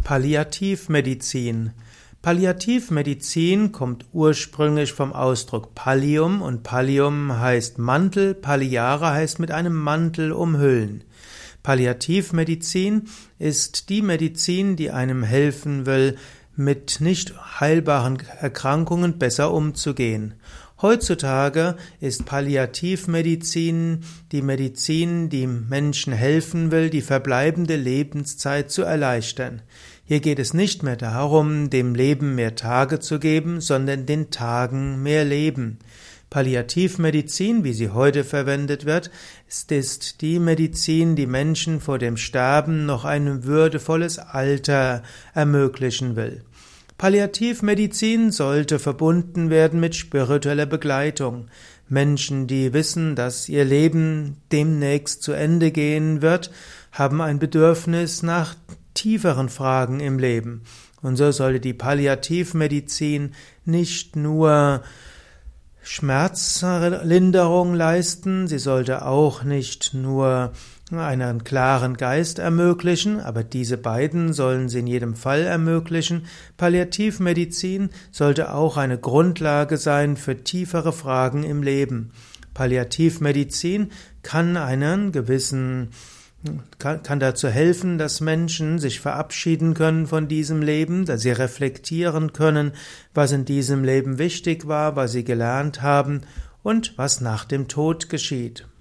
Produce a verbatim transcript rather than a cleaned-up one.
Palliativmedizin. Palliativmedizin kommt ursprünglich vom Ausdruck Pallium und Pallium heißt Mantel, Palliare heißt mit einem Mantel umhüllen. Palliativmedizin ist die Medizin, die einem helfen will, mit nicht heilbaren Erkrankungen besser umzugehen. Heutzutage ist Palliativmedizin die Medizin, die Menschen helfen will, die verbleibende Lebenszeit zu erleichtern. Hier geht es nicht mehr darum, dem Leben mehr Tage zu geben, sondern den Tagen mehr Leben. Palliativmedizin, wie sie heute verwendet wird, ist, ist die Medizin, die Menschen vor dem Sterben noch ein würdevolles Alter ermöglichen will. Palliativmedizin sollte verbunden werden mit spiritueller Begleitung. Menschen, die wissen, dass ihr Leben demnächst zu Ende gehen wird, haben ein Bedürfnis nach tieferen Fragen im Leben. Und so sollte die Palliativmedizin nicht nur Schmerzlinderung leisten, sie sollte auch nicht nur einen klaren Geist ermöglichen, aber diese beiden sollen sie in jedem Fall ermöglichen. Palliativmedizin sollte auch eine Grundlage sein für tiefere Fragen im Leben. Palliativmedizin kann einen gewissen Kann, kann dazu helfen, dass Menschen sich verabschieden können von diesem Leben, dass sie reflektieren können, was in diesem Leben wichtig war, was sie gelernt haben und was nach dem Tod geschieht.